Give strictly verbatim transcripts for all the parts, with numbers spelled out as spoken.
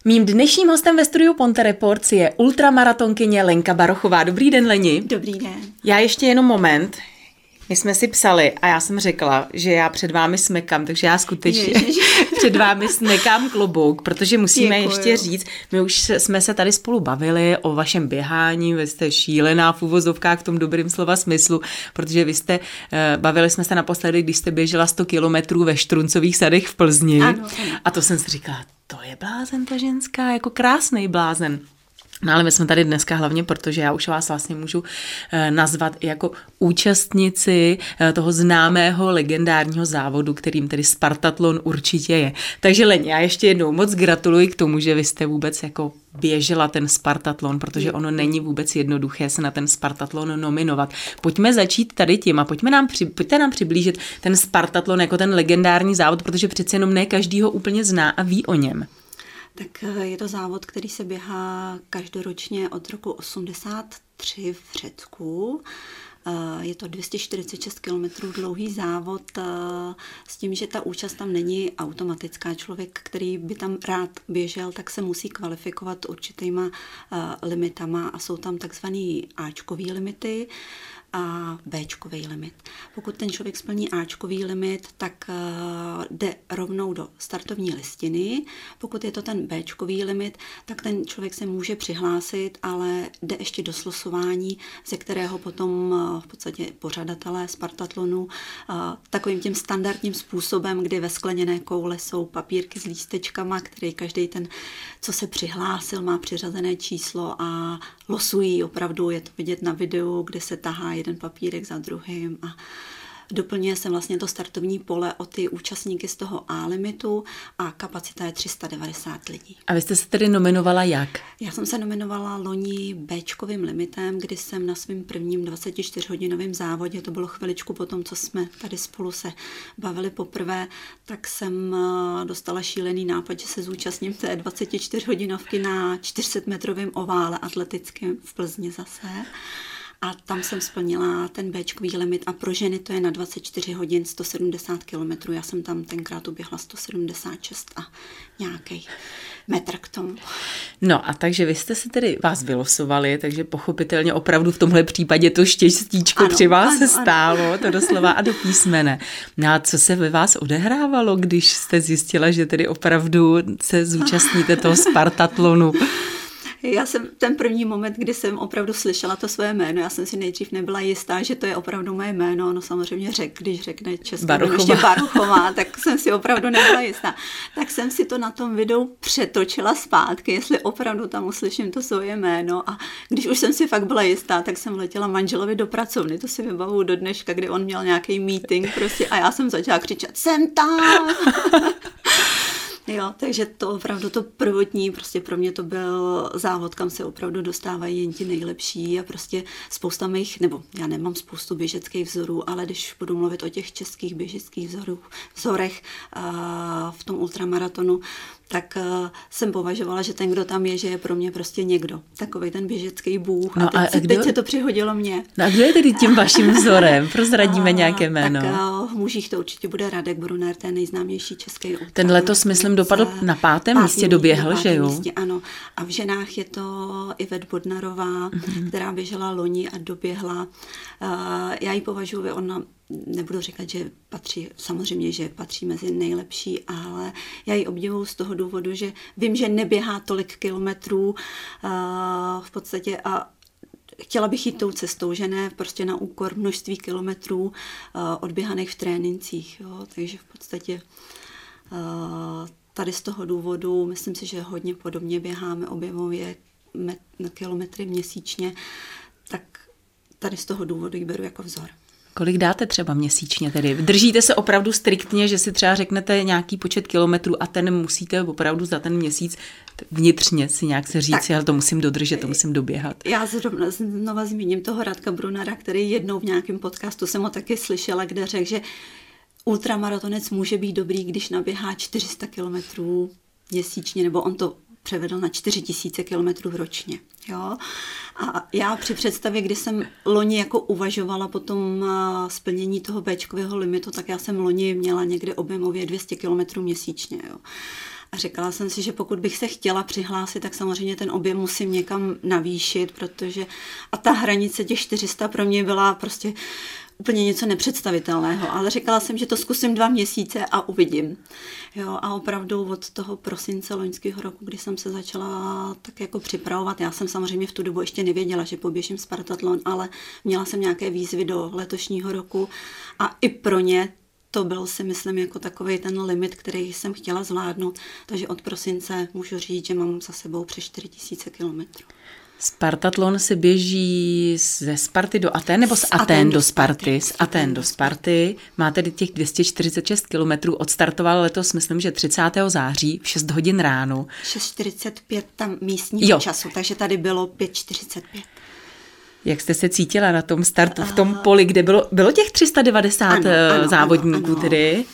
Mým dnešním hostem ve studiu Ponte Reports je ultramaratonkyně Lenka Barochová. Dobrý den, Leni. Dobrý den. Já ještě jenom moment. My jsme si psali a já jsem řekla, že já před vámi smekám, takže já skutečně před vámi smekám klobouk, protože musíme Děkuju. ještě říct, my už jsme se tady spolu bavili o vašem běhání, vy jste šílená v uvozovkách v tom dobrým slova smyslu, protože vy jste, bavili jsme se naposledy, když jste běžela sto kilometrů ve Štruncových sadech v Plzni. Ano, ano. A to jsem si říkala, to je blázen ta ženská, jako krásný blázen. No ale my jsme tady dneska hlavně, protože já už vás vlastně můžu eh, nazvat jako účastnici eh, toho známého legendárního závodu, kterým tedy Spartatlon určitě je. Takže Leni, já ještě jednou moc gratuluji k tomu, že vy jste vůbec jako běžela ten Spartatlon, protože ono není vůbec jednoduché se na ten Spartatlon nominovat. Pojďme začít tady tím a pojďme nám, při, pojďte nám přiblížit ten Spartatlon jako ten legendární závod, protože přece jenom ne každý ho úplně zná a ví o něm. Tak je to závod, který se běhá každoročně od roku osmdesát tři v Řecku. Je to dvě stě čtyřicet šest kilometrů dlouhý závod s tím, že ta účast tam není automatická. Člověk, který by tam rád běžel, tak se musí kvalifikovat určitýma limitama a jsou tam takzvaný áčkový limity a béčkový limit. Pokud ten člověk splní áčkový limit, tak uh, jde rovnou do startovní listiny. Pokud je to ten béčkový limit, tak ten člověk se může přihlásit, ale jde ještě do slosování, ze kterého potom uh, v podstatě pořadatelé Spartatlonu uh, takovým tím standardním způsobem, kdy ve skleněné koule jsou papírky s lístečkama, který každý ten, co se přihlásil, má přiřazené číslo a losují opravdu, je to vidět na videu, kde se tahá jeden papírek za druhým a doplňuje se vlastně to startovní pole o ty účastníky z toho A limitu a kapacita je tři sta devadesát lidí. A vy jste se tedy nominovala jak? Já jsem se nominovala loni béčkovým limitem, kdy jsem na svém prvním dvacetičtyřhodinovém závodě, to bylo chviličku po tom, co jsme tady spolu se bavili poprvé, tak jsem dostala šílený nápad, že se zúčastním té dvacetičtyřhodinovky na čtyřsetmetrovém ovále atletickém v Plzni zase. A tam jsem splnila ten béčkový limit a pro ženy to je na dvacet čtyři hodin sto sedmdesát kilometrů. Já jsem tam tenkrát uběhla sto sedmdesát šest a nějaký metr k tomu. No a takže vy jste se tedy vás vylosovali, takže pochopitelně opravdu v tomhle případě to štěstíčko ano, při vás se stálo, ano. To doslova a do písmene. No a co se ve vás odehrávalo, když jste zjistila, že tedy opravdu se zúčastníte toho Spartatlonu? Já jsem ten první moment, kdy jsem opravdu slyšela to své jméno, já jsem si nejdřív nebyla jistá, že to je opravdu moje jméno, no samozřejmě řek, když řekne české jméno ještě Barochová, tak jsem si opravdu nebyla jistá. Tak jsem si to na tom videu přetočila zpátky, jestli opravdu tam uslyším to svoje jméno a když už jsem si fakt byla jistá, tak jsem letěla manželovi do pracovny, to si vybavuju do dneška, kdy on měl nějaký meeting prostě a já jsem začala křičet, jsem tam! Jo, takže to opravdu to prvotní, prostě pro mě to byl závod, kam se opravdu dostávají jen ti nejlepší a prostě spousta mých, nebo já nemám spoustu běžeckých vzorů, ale když budu mluvit o těch českých běžeckých vzorů, vzorech a v tom ultramaratonu, tak uh, jsem považovala, že ten, kdo tam je, že je pro mě prostě někdo. Takovej ten běžecký bůh. No a teď, a se, kdo... teď se to přihodilo mně. No a kdo je tedy tím vaším vzorem? Prozradíme nějaké jméno. Tak uh, v mužích to určitě bude Radek Brunner, ten nejznámější český ultra. Ten letos, myslím, dopadl na pátém místě, doběhl, že jo? Místě, ano. A v ženách je to Ivet Bodnarová, mm-hmm. která běžela loni a doběhla. Uh, já ji považuji, ona nebudu říkat, že patří, samozřejmě, že patří mezi nejlepší, ale já ji obdivuju z toho důvodu, že vím, že neběhá tolik kilometrů uh, v podstatě a chtěla bych jít tou cestou, že ne prostě na úkor množství kilometrů uh, odběhaných v trénincích. Jo? Takže v podstatě uh, tady z toho důvodu, myslím si, že hodně podobně běháme objevově met- kilometry měsíčně, tak tady z toho důvodu ji beru jako vzor. Kolik dáte třeba měsíčně tedy? Držíte se opravdu striktně, že si třeba řeknete nějaký počet kilometrů a ten musíte opravdu za ten měsíc vnitřně si nějak se říct, ale to musím dodržet, to musím doběhat. Já zrovna, znova zmíním toho Radka Brunera, který jednou v nějakém podcastu jsem ho taky slyšela, kde řekl, že ultramaratonec může být dobrý, když naběhá čtyři sta kilometrů měsíčně, nebo on to převedl na čtyři tisíce kilometrů ročně. Jo? A já při představě, kdy jsem loni jako uvažovala po tom splnění toho béčkového limitu, tak já jsem loni měla někde objemově dvě stě kilometrů měsíčně. Jo? A říkala jsem si, že pokud bych se chtěla přihlásit, tak samozřejmě ten objem musím někam navýšit, protože a ta hranice těch čtyři sta pro mě byla prostě úplně něco nepředstavitelného, ale říkala jsem, že to zkusím dva měsíce a uvidím. Jo, a opravdu od toho prosince loňského roku, kdy jsem se začala tak jako připravovat, já jsem samozřejmě v tu dobu ještě nevěděla, že poběžím Spartatlon, ale měla jsem nějaké výzvy do letošního roku a i pro ně to byl, si myslím, jako takový ten limit, který jsem chtěla zvládnout, takže od prosince můžu říct, že mám za sebou přes čtyři tisíce kilometrů. Spartatlon se běží ze Sparty do Aten nebo z, z Aten do Sparty? Z Aten do Sparty. Má tedy těch dvě stě čtyřicet šest kilometrů. Odstartoval letos, myslím, že třicátého září v šest hodin ráno. šest čtyřicet pět tam místního jo. času, takže tady bylo pět čtyřicet pět. Jak jste se cítila na tom startu, v tom poli, kde bylo, bylo těch tři sta devadesát ano, ano, závodníků ano, ano. tedy?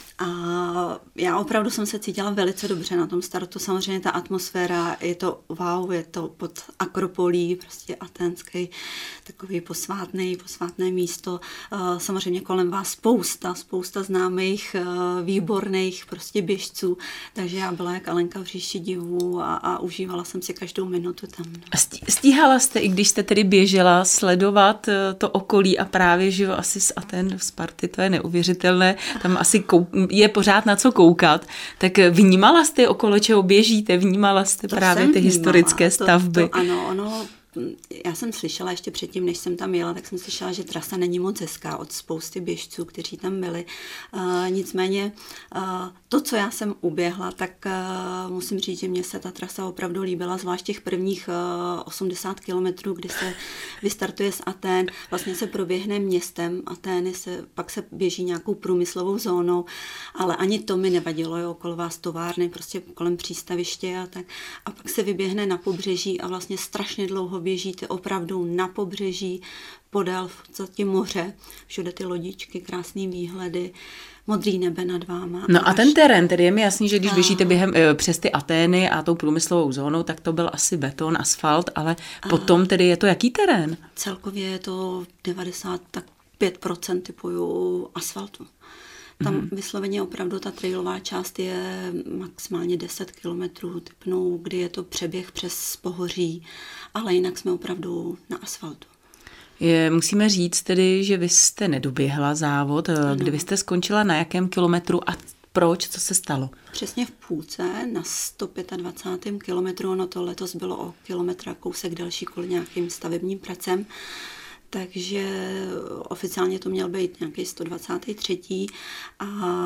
A já opravdu jsem se cítila velice dobře na tom startu. Samozřejmě ta atmosféra, je to wow, je to pod Akropolí, prostě aténský, takový posvátný, posvátné místo. Samozřejmě kolem vás spousta, spousta známých, výborných prostě běžců. Takže já byla jak Alenka v říši divů a, a užívala jsem si každou minutu tam. A stíhala jste, i když jste tedy běžela, sledovat to okolí a právě, že jo, asi z Aten do Sparty, to je neuvěřitelné. Tam asi kou- je pořád na co koukat, tak vnímala jste okolo čeho běžíte, vnímala jste to právě ty vnímala, historické stavby. To, to, ano, ono, já jsem slyšela ještě předtím, než jsem tam jela, tak jsem slyšela, že trasa není moc hezká od spousty běžců, kteří tam byli. Uh, nicméně uh, to, co já jsem uběhla, tak uh, musím říct, že mně se ta trasa opravdu líbila, zvlášť těch prvních uh, osmdesát kilometrů, kdy se vystartuje z Aten, vlastně se proběhne městem Atény, se, pak se běží nějakou průmyslovou zónou, ale ani to mi nevadilo, jo, okolo vás továrny, prostě kolem přístaviště a tak. A pak se vyběhne na pobřeží a vlastně strašně dlouho běžíte opravdu na pobřeží, podél v podstatě moře, všude ty lodičky, krásný výhledy, modrý nebe nad váma. No a, a ten terén, tedy je mi jasný, že když a... běžíte během, přes ty Atény a tou průmyslovou zónou, tak to byl asi beton, asfalt, ale a... potom tedy je to jaký terén? Celkově je to devadesát pět procent typuju asfaltu. Tam mm. vysloveně opravdu ta trailová část je maximálně deset kilometrů, typnou, kdy je to přeběh přes pohoří, ale jinak jsme opravdu na asfaltu. Je, musíme říct tedy, že vy jste nedoběhla závod, ano. Kdy vy jste skončila na jakém kilometru a proč, co se stalo? Přesně v půlce, na sto dvacet pět kilometrů, no to letos bylo o kilometr a kousek další kvůli nějakým stavebním pracem. Takže oficiálně to měl být nějaký sto dvacátý třetí a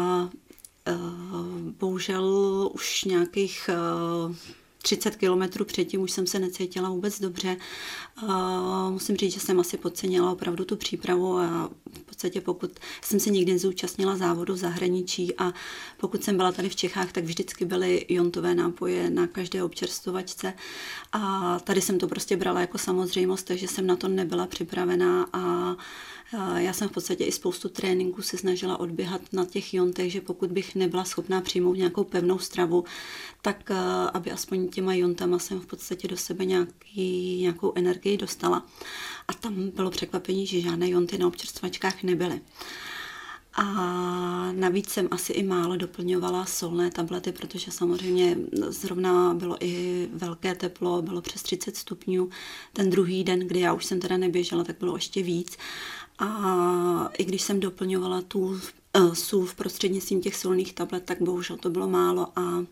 uh, bohužel už nějakých uh, třicet kilometrů předtím už jsem se necítila vůbec dobře. Uh, musím říct, že jsem asi podcenila opravdu tu přípravu a v podstatě pokud jsem se nikdy nezúčastnila závodu v zahraničí a pokud jsem byla tady v Čechách, tak vždycky byly jontové nápoje na každé občerstvovačce a tady jsem to prostě brala jako samozřejmost, takže jsem na to nebyla připravená a já jsem v podstatě i spoustu tréninků se snažila odběhat na těch jontech, že pokud bych nebyla schopná přijmout nějakou pevnou stravu, tak aby aspoň těma jontama jsem v podstatě do sebe nějaký, nějakou energii dostala. A tam bylo překvapení, že žádné jonty na občerstvačkách nebyly. A navíc jsem asi i málo doplňovala solné tablety, protože samozřejmě zrovna bylo i velké teplo, bylo přes třicet stupňů. Ten druhý den, kdy já už jsem teda neběžela, tak bylo ještě víc. A i když jsem doplňovala tu uh, sůl v prostřednictvím těch solných tablet, tak bohužel to bylo málo a uh,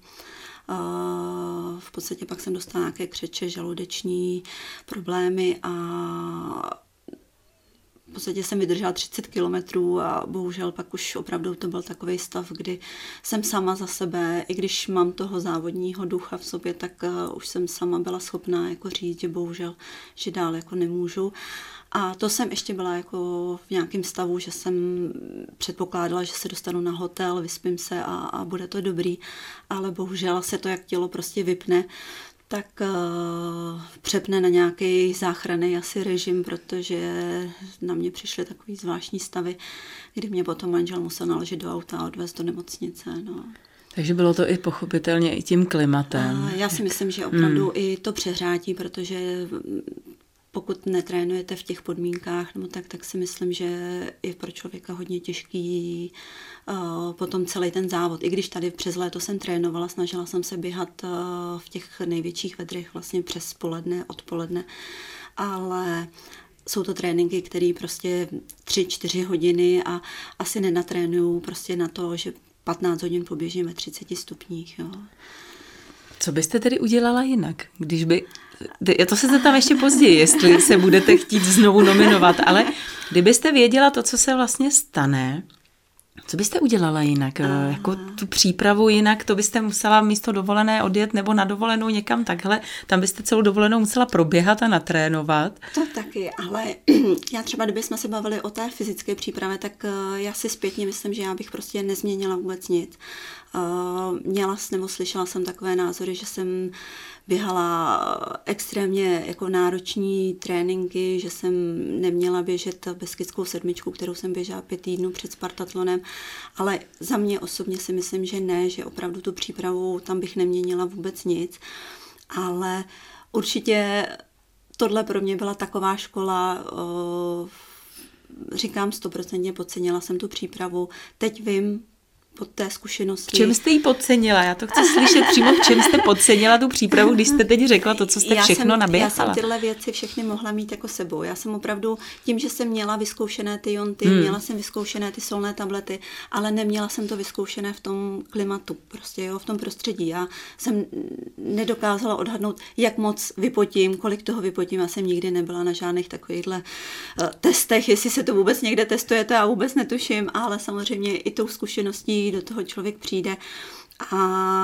v podstatě pak jsem dostala nějaké křeče, žaludeční problémy a v podstatě jsem vydržela třicet kilometrů a bohužel pak už opravdu to byl takový stav, kdy jsem sama za sebe, i když mám toho závodního ducha v sobě, tak uh, už jsem sama byla schopná jako říct, že bohužel, že dál jako nemůžu. A to jsem ještě byla jako v nějakém stavu, že jsem předpokládala, že se dostanu na hotel, vyspím se a, a bude to dobrý, ale bohužel se to jak tělo prostě vypne, tak uh, přepne na nějaký záchranný asi režim, protože na mě přišly takový zvláštní stavy, kdy mě potom manžel musel naložit do auta a odvést do nemocnice. No. Takže bylo to i pochopitelně i tím klimatem. A já si myslím, že opravdu hmm. i to přehrátí, protože pokud netrénujete v těch podmínkách, nebo tak, tak si myslím, že je pro člověka hodně těžký uh, potom celý ten závod. I když tady přes léto jsem trénovala, snažila jsem se běhat uh, v těch největších vedrech vlastně přes poledne, odpoledne, ale jsou to tréninky, které prostě tři, čtyři hodiny a asi nenatrénuju prostě na to, že patnáct hodin poběžím ve třiceti stupních. Jo. Co byste tedy udělala jinak, když by... Já to se zeptám ještě později, jestli se budete chtít znovu nominovat, ale kdybyste věděla to, co se vlastně stane, co byste udělala jinak? A... Jako tu přípravu jinak, to byste musela místo dovolené odjet nebo na dovolenou někam takhle, tam byste celou dovolenou musela proběhat a natrénovat. To taky, ale já třeba, kdybychom se bavili o té fyzické přípravě, tak já si zpětně myslím, že já bych prostě nezměnila vůbec nic. Měla nebo slyšela jsem takové názory, že jsem běhala extrémně jako nároční tréninky, že jsem neměla běžet beskidskou sedmičku, kterou jsem běžela pět týdnů před Spartatlonem, ale za mě osobně si myslím, že ne, že opravdu tu přípravu tam bych neměnila vůbec nic, ale určitě tohle pro mě byla taková škola, říkám stoprocentně podcenila jsem tu přípravu, teď vím, pod té zkušenosti. V čem jste ji podcenila? Já to chci slyšet přímo, v čem jste podcenila tu přípravu, když jste teď řekla to, co jste já všechno jsem, naběhala. Já jsem tyhle věci všechny mohla mít jako sebou. Já jsem opravdu tím, že jsem měla vyzkoušené ty jonty, hmm. měla jsem vyzkoušené ty solné tablety, ale neměla jsem to vyzkoušené v tom klimatu, prostě jo, v tom prostředí. Já jsem nedokázala odhadnout, jak moc vypotím, kolik toho vypotím. Já jsem nikdy nebyla na žádných takovýchhle uh, testech, jestli se to vůbec někde testujete a vůbec netuším, ale samozřejmě i tou zkušeností do toho člověk přijde a,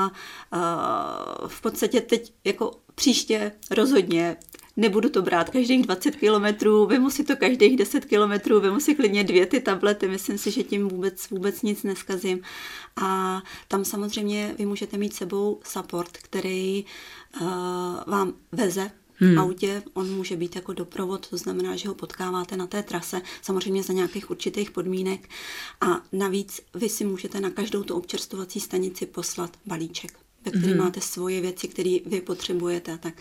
a v podstatě teď jako příště rozhodně nebudu to brát každých dvacet kilometrů, vemu si to každých deset kilometrů, vemu si klidně dvě ty tablety, myslím si, že tím vůbec, vůbec nic neskazím. A tam samozřejmě vy můžete mít sebou support, který uh, vám veze Hmm. autě, on může být jako doprovod, to znamená, že ho potkáváte na té trase, samozřejmě za nějakých určitých podmínek a navíc vy si můžete na každou tu občerstvovací stanici poslat balíček, ve kterém hmm. máte svoje věci, které vy potřebujete a tak.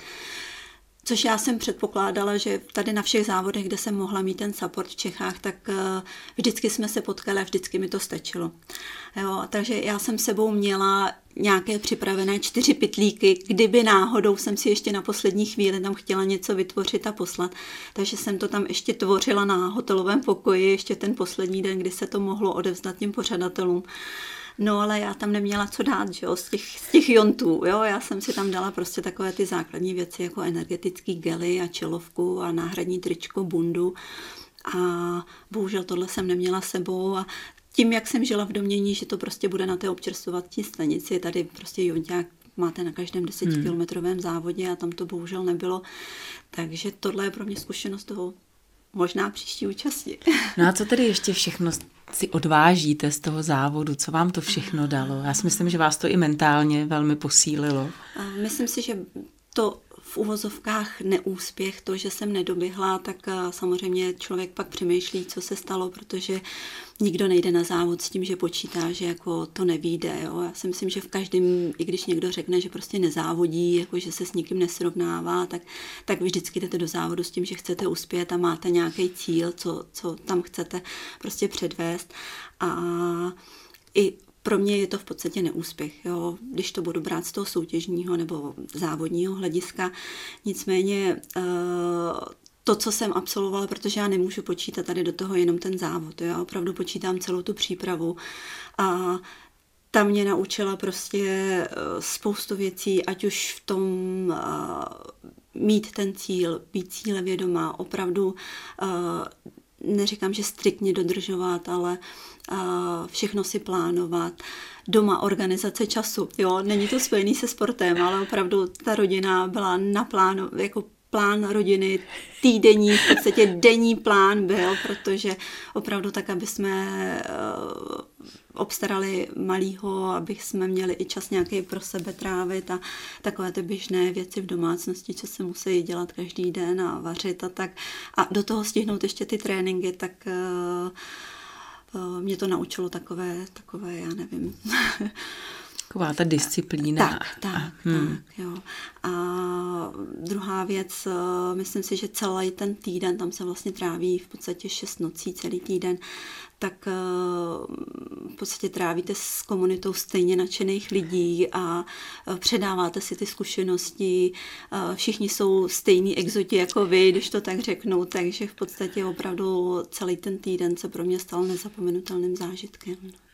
Což já jsem předpokládala, že tady na všech závodech, kde jsem mohla mít ten support v Čechách, tak vždycky jsme se potkali a vždycky mi to stačilo. Jo, takže já jsem sebou měla nějaké připravené čtyři pytlíky, kdyby náhodou jsem si ještě na poslední chvíli tam chtěla něco vytvořit a poslat. Takže jsem to tam ještě tvořila na hotelovém pokoji, ještě ten poslední den, kdy se to mohlo odevzdat těm pořadatelům. No ale já tam neměla co dát, že jo, z těch, z těch jontů, jo, já jsem si tam dala prostě takové ty základní věci, jako energetický gely a čelovku a náhradní tričko, bundu a bohužel tohle jsem neměla sebou a tím, jak jsem žila v domění, že to prostě bude na té občerstvovací stanici, tady prostě jonťák máte na každém desetikilometrovém závodě a tam to bohužel nebylo, takže tohle je pro mě zkušenost toho možná příští účasti. No a co tedy ještě všechno si odvážíte z toho závodu? Co vám to všechno dalo? Já si myslím, že vás to i mentálně velmi posílilo. Myslím si, že to v uvozovkách neúspěch, to, že jsem nedoběhla, tak samozřejmě člověk pak přemýšlí, co se stalo, protože nikdo nejde na závod s tím, že počítá, že jako to nevyjde. Jo? Já si myslím, že v každém, i když někdo řekne, že prostě nezávodí, jako že se s nikým nesrovnává, tak, tak vždycky jdete do závodu s tím, že chcete uspět a máte nějaký cíl, co, co tam chcete prostě předvést. A i pro mě je to v podstatě neúspěch, jo? Když to budu brát z toho soutěžního nebo závodního hlediska. Nicméně to, co jsem absolvovala, protože já nemůžu počítat tady do toho jenom ten závod. Já opravdu počítám celou tu přípravu a ta mě naučila prostě spoustu věcí, ať už v tom mít ten cíl, být cílevědomá, opravdu neříkám, že striktně dodržovat, ale všechno si plánovat. Doma organizace času, jo, není to spojený se sportem, ale opravdu ta rodina byla na plánu, jako plán rodiny, týdenní, v podstatě denní plán byl, protože opravdu tak, aby jsme obstarali malýho, aby jsme měli i čas nějaký pro sebe trávit a takové ty běžné věci v domácnosti, co se musí dělat každý den a vařit a tak. A do toho stihnout ještě ty tréninky, tak mě to naučilo takové, takové, já nevím, Taková ta disciplína. Tak, tak, a, hmm. tak, jo. A druhá věc, myslím si, že celý ten týden, tam se vlastně tráví v podstatě šest nocí celý týden, tak v podstatě trávíte s komunitou stejně nadšených lidí a předáváte si ty zkušenosti. Všichni jsou stejní exoti jako vy, když to tak řeknu, takže v podstatě opravdu celý ten týden se pro mě stal nezapomenutelným zážitkem.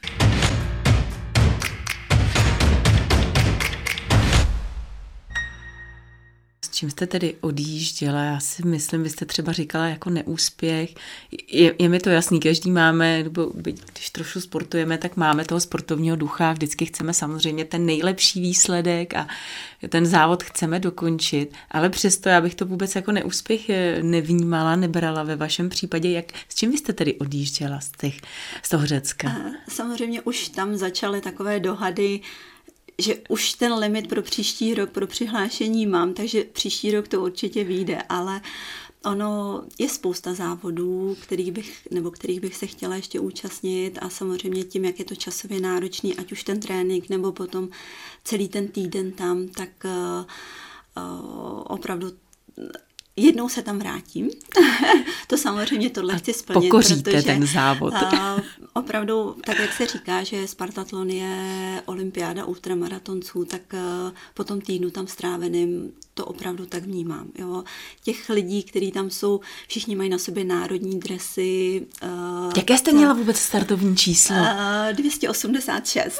S čím jste tedy odjížděla? Já si myslím, vy jste třeba říkala jako neúspěch. Je, je mi to jasný, každý máme, nebo když trošku sportujeme, tak máme toho sportovního ducha, vždycky chceme samozřejmě ten nejlepší výsledek a ten závod chceme dokončit, ale přesto já bych to vůbec jako neúspěch nevnímala, nebrala ve vašem případě. Jak, s čím vy jste tedy odjížděla z, těch, z toho Řecka? Samozřejmě už tam začaly takové dohady, že už ten limit pro příští rok, pro přihlášení mám, takže příští rok to určitě vyjde, ale ono je spousta závodů, kterých bych, nebo kterých bych se chtěla ještě účastnit a samozřejmě tím, jak je to časově náročný, ať už ten trénink, nebo potom celý ten týden tam, tak uh, uh, opravdu jednou se tam vrátím. To samozřejmě tohle chci splnit. Pokoříte protože, ten závod. A, opravdu, tak jak se říká, že Spartatlon je olympiáda ultramaratonců, tak a, po tom týdnu tam stráveným to opravdu tak vnímám. Jo. Těch lidí, kteří tam jsou, všichni mají na sobě národní dresy. A, Jaké jste měla vůbec startovní číslo? A, dvě stě osmdesát šest.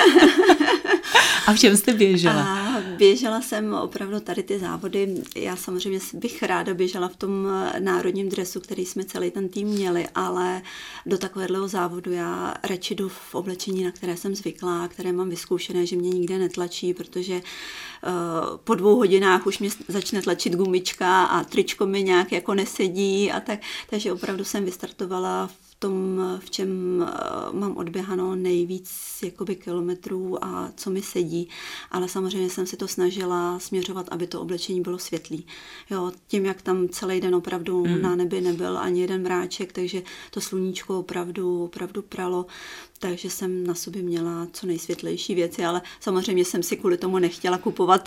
A v čem jste běžela? A běžela jsem opravdu tady ty závody. Já samozřejmě bych ráda běžela v tom národním dresu, který jsme celý ten tým měli, ale do takového závodu já radši jdu v oblečení, na které jsem zvyklá, které mám vyzkoušené, že mě nikde netlačí, protože uh, po dvou hodinách už mě začne tlačit gumička a tričko mi nějak jako nesedí a tak, takže opravdu jsem vystartovala v tom, v čem mám odběhano nejvíc jakoby kilometrů a co mi sedí, ale samozřejmě jsem si to snažila směřovat, aby to oblečení bylo světlý. Jo, tím, jak tam celý den opravdu hmm. na nebi nebyl ani jeden mráček, takže to sluníčko opravdu, opravdu pralo, takže jsem na sobě měla co nejsvětlejší věci, ale samozřejmě jsem si kvůli tomu nechtěla kupovat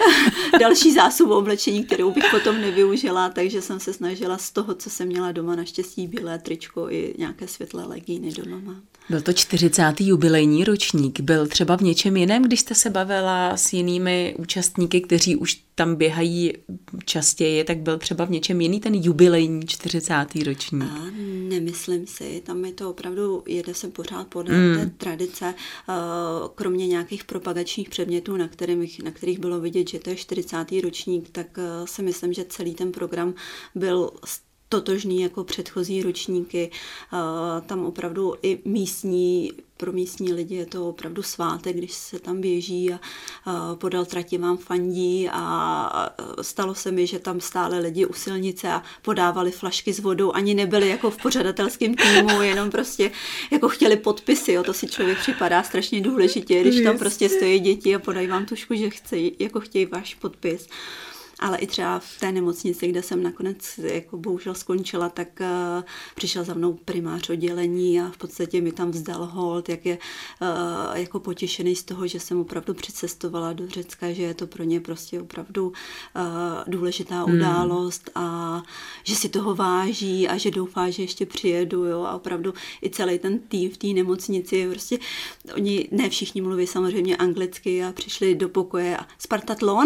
další zásobu oblečení, kterou bych potom nevyužila, takže jsem se snažila z toho, co jsem měla doma, naštěstí bílé tričko i nějaké světlé legíny doma mám. Byl to čtyřicátý jubilejní ročník. Byl třeba v něčem jiném, když jste se bavila s jinými účastníky, kteří už tam běhají častěji, tak byl třeba v něčem jiný ten jubilejní čtyřicátý ročník? A nemyslím si, tam je to opravdu, jede se pořád podle mm. té tradice, kromě nějakých propagačních předmětů, na kterých, na kterých bylo vidět, že to je čtyřicátý ročník, tak si myslím, že celý ten program byl totožný jako předchozí ročníky. Tam opravdu i místní, pro místní lidi je to opravdu svátek, když se tam běží a podél trati vám fandí a stalo se mi, že tam stále lidi u silnice a podávali flašky s vodou, ani nebyli jako v pořadatelském týmu, jenom prostě jako chtěli podpisy, jo, to si člověk připadá strašně důležitě, když tam prostě stojí děti a podají vám tušku, že chcejí, jako chtějí váš podpis. Ale i třeba v té nemocnici, kde jsem nakonec jako bohužel skončila, tak uh, přišel za mnou primář oddělení a v podstatě mi tam vzdal hold, jak je uh, jako potěšený z toho, že jsem opravdu přicestovala do Řecka, že je to pro ně prostě opravdu uh, důležitá hmm. událost a že si toho váží a že doufá, že ještě přijedu, jo, a opravdu i celý ten tým v té nemocnici, prostě oni ne všichni mluví samozřejmě anglicky a přišli do pokoje a Spartatlon.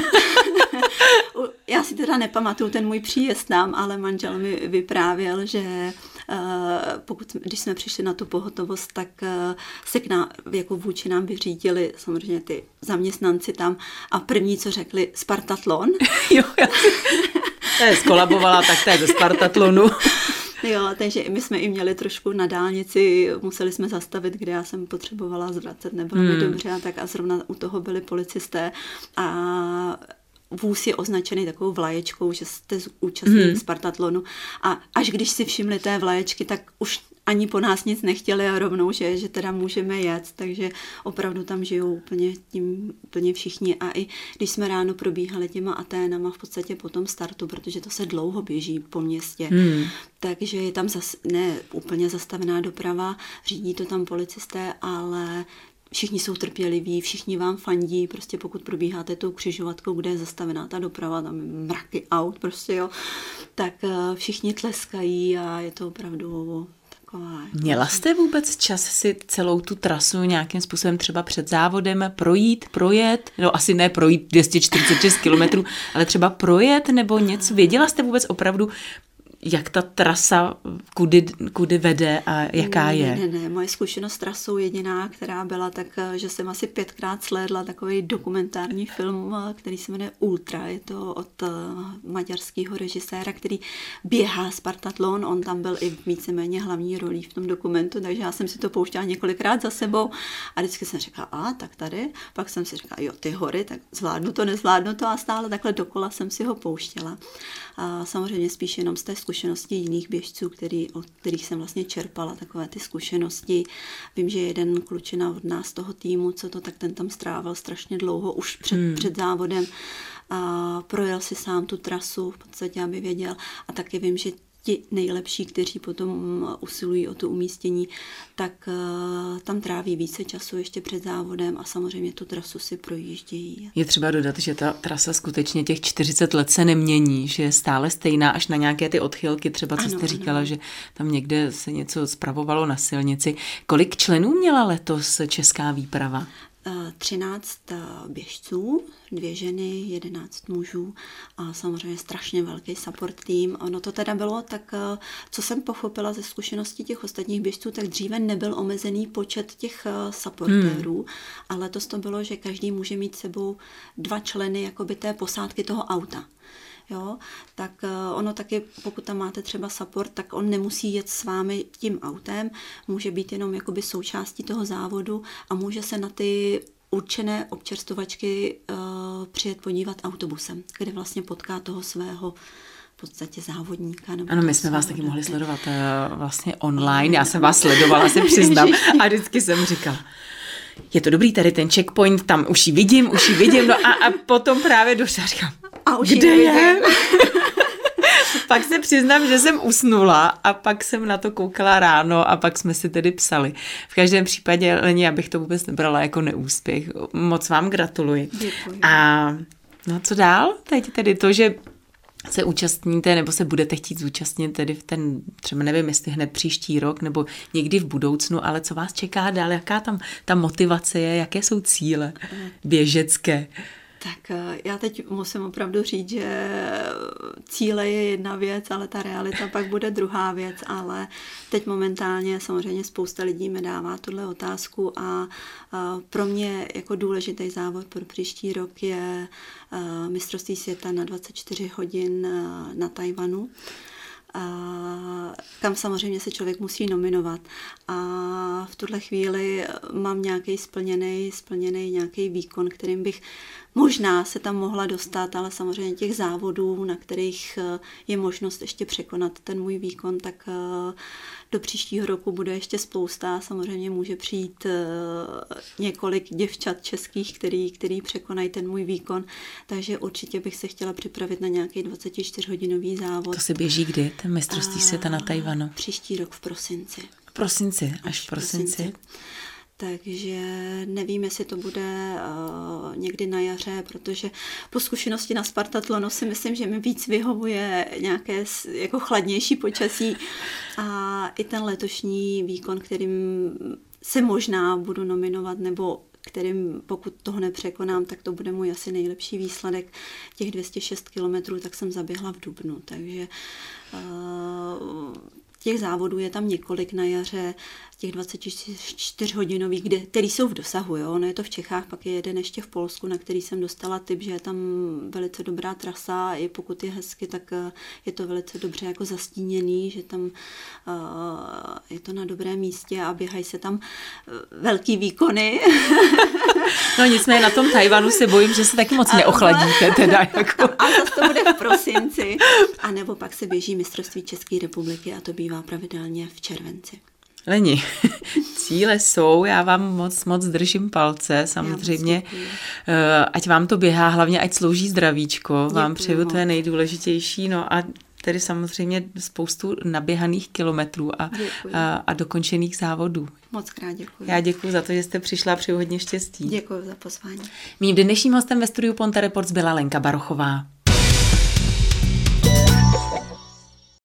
Já si teda nepamatuju ten můj příjezd tam, ale manžel mi vyprávěl, že uh, pokud, když jsme přišli na tu pohotovost, tak uh, se k nám, jako vůči nám vyřídili samozřejmě ty zaměstnanci tam a první, co řekli, Spartatlon. Jo, já to je skolabovala, tak to je ze Spartatlonu. Jo, takže my jsme i měli trošku na dálnici, museli jsme zastavit, kde já jsem potřebovala zvracet, nebylo hmm. mi dobře a tak a zrovna u toho byli policisté a vůz je označený takovou vlaječkou, že jste účastník hmm. Spartatlonu a až když si všimli té vlaječky, tak už ani po nás nic nechtěli a rovnou, že, že teda můžeme jet, takže opravdu tam žijou úplně tím úplně všichni a i když jsme ráno probíhali těma Aténama v podstatě po tom startu, protože to se dlouho běží po městě, hmm. takže je tam zas, ne úplně zastavená doprava, řídí to tam policisté, ale všichni jsou trpěliví, všichni vám fandí, prostě pokud probíháte tou křižovatkou, kde je zastavená ta doprava, tam je mraky aut, prostě jo, tak všichni tleskají a je to opravdu taková... Měla jste vůbec čas si celou tu trasu nějakým způsobem třeba před závodem projít, projet, no asi ne projít dvě stě čtyřicet šest kilometrů, ale třeba projet nebo něco, věděla jste vůbec opravdu, jak ta trasa, kudy, kudy vede a jaká ne, je? Ne, ne, moje zkušenost s trasou jediná, která byla, tak, že jsem asi pětkrát slédla takový dokumentární film, který se jmenuje Ultra. Je to od maďarského režiséra, který běhá Spartatlon. On tam byl i víceméně hlavní rolí v tom dokumentu, takže já jsem si to pouštěla několikrát za sebou a vždycky jsem říkala, a tak tady. Pak jsem si říkala, jo, ty hory, tak zvládnu to, nezvládnu to a stále takhle dokola jsem si ho pouštěla. A samozřejmě spíš jenom z té zkušenosti jiných běžců, který, od kterých jsem vlastně čerpala takové ty zkušenosti. Vím, že jeden klučina od nás z toho týmu, co to, tak ten tam strávil strašně dlouho už před, hmm. před závodem a projel si sám tu trasu v podstatě, aby věděl. A taky vím, že ti nejlepší, kteří potom usilují o to umístění, tak uh, tam tráví více času ještě před závodem a samozřejmě tu trasu si projíždějí. Je třeba dodat, že ta trasa skutečně těch čtyřicet let se nemění, že je stále stejná až na nějaké ty odchylky, třeba co ano, jste říkala, ano. že tam někde se něco spravovalo na silnici. Kolik členů měla letos česká výprava? třináct běžců, dvě ženy, jedenáct mužů a samozřejmě strašně velký support tým. Ono to teda bylo tak, co jsem pochopila ze zkušeností těch ostatních běžců, tak dříve nebyl omezený počet těch supportérů, hmm. ale letos to bylo, že každý může mít sebou dva členy jakoby té posádky toho auta. Jo, tak ono taky, pokud tam máte třeba support, tak on nemusí jet s vámi tím autem, může být jenom jakoby součástí toho závodu a může se na ty určené občerstvovačky uh, přijet podívat autobusem, kde vlastně potká toho svého v podstatě závodníka. Ano, my jsme vás taky mohli sledovat uh, vlastně online, já jsem vás sledovala, se přiznám a vždycky jsem říkala, je to dobrý, tady ten checkpoint, tam už ji vidím, už ji vidím, no a, a potom právě došla, říkám, a už kde je? Pak se přiznám, že jsem usnula a pak jsem na to koukala ráno a pak jsme si tedy psali. V každém případě, Leni, abych to vůbec nebrala jako neúspěch. Moc vám gratuluji. Děkuji. A no co dál? Teď tedy to, že se účastníte nebo se budete chtít zúčastnit tedy v ten, třeba nevím, jestli hned příští rok nebo někdy v budoucnu, ale co vás čeká dál? Jaká tam ta motivace je? Jaké jsou cíle běžecké? Tak já teď musím opravdu říct, že cíle je jedna věc, ale ta realita pak bude druhá věc, ale teď momentálně samozřejmě spousta lidí mi dává tuhle otázku a pro mě jako důležitý závod pro příští rok je mistrovství světa na dvacet čtyři hodin na Tajvanu. A kam samozřejmě se člověk musí nominovat. A v tuhle chvíli mám nějaký splněný, splněný nějaký výkon, kterým bych možná se tam mohla dostat, ale samozřejmě těch závodů, na kterých je možnost ještě překonat ten můj výkon, tak do příštího roku bude ještě spousta. Samozřejmě může přijít několik děvčat českých, který, který překonají ten můj výkon, takže určitě bych se chtěla připravit na nějaký dvacetičtyřhodinový závod. To se běží kdy, ten mistrovství světa na Tajvanu? Příští rok v prosinci. V prosinci, až, až v prosinci. prosinci. Takže nevím, jestli to bude uh, někdy na jaře, protože po zkušenosti na Spartatlonu si myslím, že mi víc vyhovuje nějaké jako chladnější počasí a i ten letošní výkon, kterým se možná budu nominovat, nebo kterým pokud toho nepřekonám, tak to bude můj asi nejlepší výsledek. Těch dvě stě šest kilometrů, tak jsem zaběhla v dubnu, takže uh, těch závodů je tam několik na jaře, těch dvacetičtyřhodinových, kde, který jsou v dosahu. Jo? Ono je to v Čechách, pak je jeden ještě v Polsku, na který jsem dostala tip, že je tam velice dobrá trasa, i pokud je hezky, tak je to velice dobře jako zastíněný, že tam uh, je to na dobrém místě a běhají se tam velký výkony. No nicméně na tom Tajvanu se bojím, že se taky moc neochladíte. Teda, jako. A zase to bude v prosinci. A nebo pak se běží mistrovství České republiky a to bývá pravidelně v červenci. Leni, cíle jsou, já vám moc, moc držím palce, samozřejmě, ať vám to běhá, hlavně ať slouží zdravíčko, děkuji, vám přeju, to je nejdůležitější, no a tedy samozřejmě spoustu naběhaných kilometrů a, a, a dokončených závodů. Moc krát děkuji. Já děkuji za to, že jste přišla, přeju hodně štěstí. Děkuji za pozvání. Mým dnešním hostem ve studiu Ponte Reports byla Lenka Barochová.